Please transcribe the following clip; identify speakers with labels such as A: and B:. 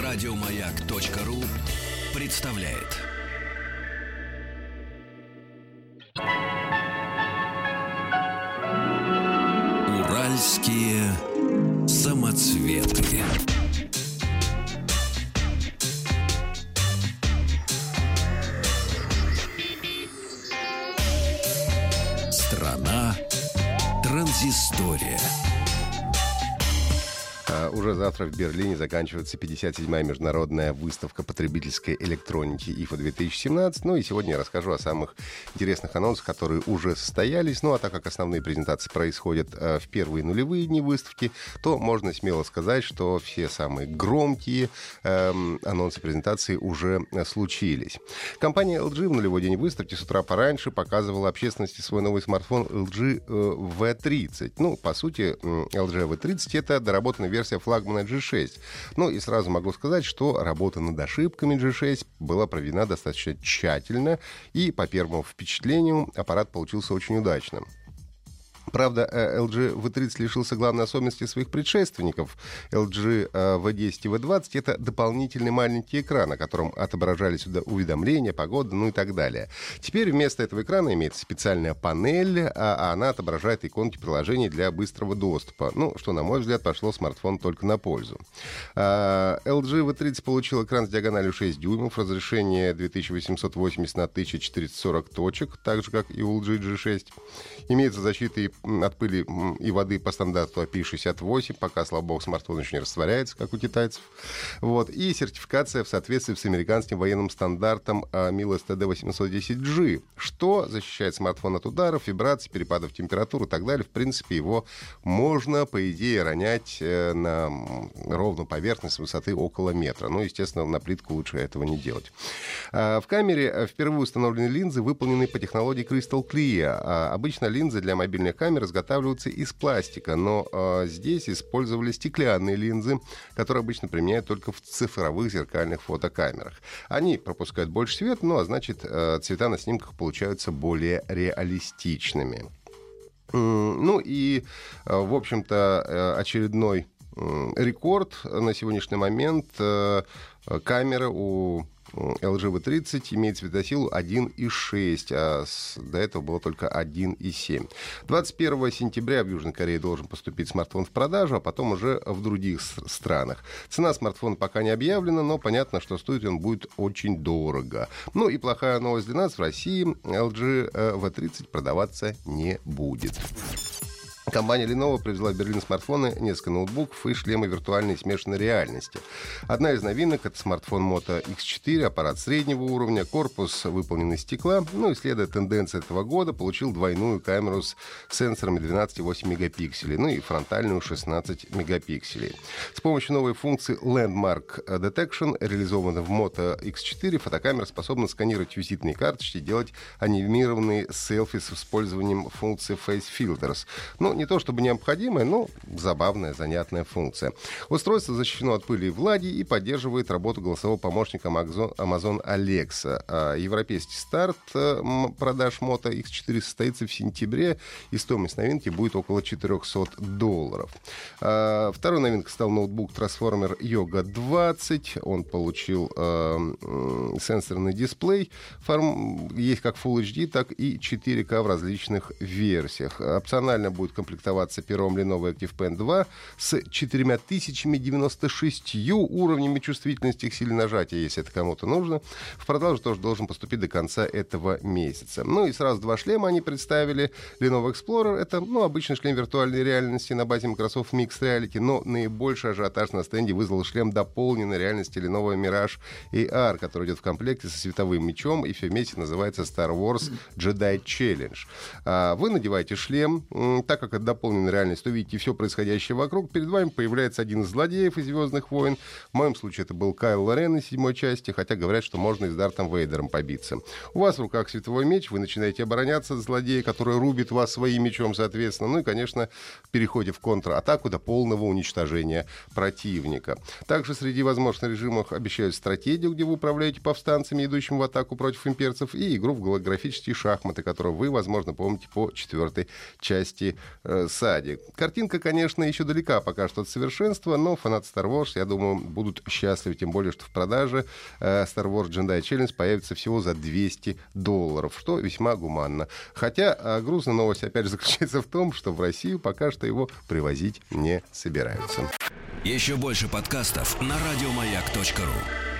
A: Радиомаяк.ру представляет. Уральские самоцветы. Страна транзистория.
B: Уже завтра в Берлине заканчивается 57-я международная выставка потребительской электроники IFA-2017. Ну и сегодня я расскажу о самых интересных анонсах, которые уже состоялись. Ну а так как основные презентации происходят в первые нулевые дни выставки, то можно смело сказать, что все самые громкие анонсы презентации уже случились. Компания LG в нулевой день выставки с утра пораньше показывала общественности свой новый смартфон LG V30. Ну, по сути, LG V30 — это доработанная версия флагмана G6. Ну и сразу могу сказать, что работа над ошибками G6 была проведена достаточно тщательно, и по первому впечатлению аппарат получился очень удачным. Правда, LG V30 лишился главной особенности своих предшественников. LG V10 и V20 — это дополнительный маленький экран, на котором отображались уведомления, погода, ну и так далее. Теперь вместо этого экрана имеется специальная панель, а она отображает иконки приложений для быстрого доступа. Ну, что, на мой взгляд, пошло смартфону только на пользу. LG V30 получил экран с диагональю 6 дюймов, разрешение 2880 на 1440 точек, так же, как и у LG G6. Имеется защита от пыли и воды по стандарту IP68, пока, слава богу, смартфон еще не растворяется, как у китайцев. Вот. И сертификация в соответствии с американским военным стандартом MIL STD810G, что защищает смартфон от ударов, вибраций, перепадов температуры и так далее. В принципе, его можно, по идее, ронять на ровную поверхность высоты около метра. Но, естественно, на плитку лучше этого не делать. В камере впервые установлены линзы, выполненные по технологии Crystal Clear. Обычно линзы для мобильных камер изготавливаются из пластика, но здесь использовали стеклянные линзы, которые обычно применяют только в цифровых зеркальных фотокамерах. Они пропускают больше света, ну а значит, цвета на снимках получаются более реалистичными. Ну и, в общем-то, очередной рекорд на сегодняшний момент. Камера у LG V30 имеет светосилу 1,6, а до этого было только 1,7. 21 сентября в Южной Корее должен поступить смартфон в продажу, а потом уже в других странах. Цена смартфона пока не объявлена, но понятно, что стоить он будет очень дорого. Ну и плохая новость для нас: в России LG V30 продаваться не будет. Компания Lenovo привезла в Берлин смартфоны, несколько ноутбуков и шлемы виртуальной и смешанной реальности. Одна из новинок — это смартфон Moto X4, аппарат среднего уровня, корпус выполнен из стекла. Ну и, следуя тенденции этого года, получил двойную камеру с сенсорами 12,8 мегапикселей, ну и фронтальную 16 мегапикселей. С помощью новой функции Landmark Detection, реализованной в Moto X4, фотокамера способна сканировать визитные карточки и делать анимированные селфи с использованием функции Face Filters. Ну, не то чтобы необходимая, но забавная, занятная функция. Устройство защищено от пыли и влаги и поддерживает работу голосового помощника Amazon Alexa. Европейский старт продаж Moto X4 состоится в сентябре, и стоимость новинки будет около $400. Второй новинкой стал ноутбук Transformer Yoga 20. Он получил сенсорный дисплей. Есть как Full HD, так и 4K в различных версиях. Опционально будет комплектоваться пером Lenovo Active Pen 2 с 4096 уровнями чувствительности к силе нажатия, если это кому-то нужно. В продажу тоже должен поступить до конца этого месяца. Ну и сразу два шлема они представили. Lenovo Explorer — это, обычный шлем виртуальной реальности на базе Microsoft Mixed Reality, но наибольший ажиотаж на стенде вызвал шлем дополненной реальности Lenovo Mirage AR, который идет в комплекте со световым мечом и все вместе называется Star Wars Jedi Challenge. Вы надеваете шлем, так как это дополненная реальность, то видите все происходящее вокруг. Перед вами появляется один из злодеев из «Звездных войн». В моем случае это был Кайло Рен из 7 части, хотя говорят, что можно и с Дартом Вейдером побиться. У вас в руках световой меч, вы начинаете обороняться от злодея, который рубит вас своим мечом, соответственно. Ну и, конечно, в переходе в контратаку до полного уничтожения противника. Также среди возможных режимов обещают стратегию, где вы управляете повстанцами, идущими в атаку против имперцев, и игру в голографические шахматы, которую вы, возможно, помните по 4-й части саде. Картинка, конечно, еще далека пока что от совершенства, но фанаты Star Wars, я думаю, будут счастливы, тем более, что в продаже Star Wars Jedi Challenge появится всего за $200, что весьма гуманно. Хотя грустная новость, опять же, заключается в том, что в Россию пока что его привозить не собираются.
A: Еще больше подкастов на радиомаяк.ру.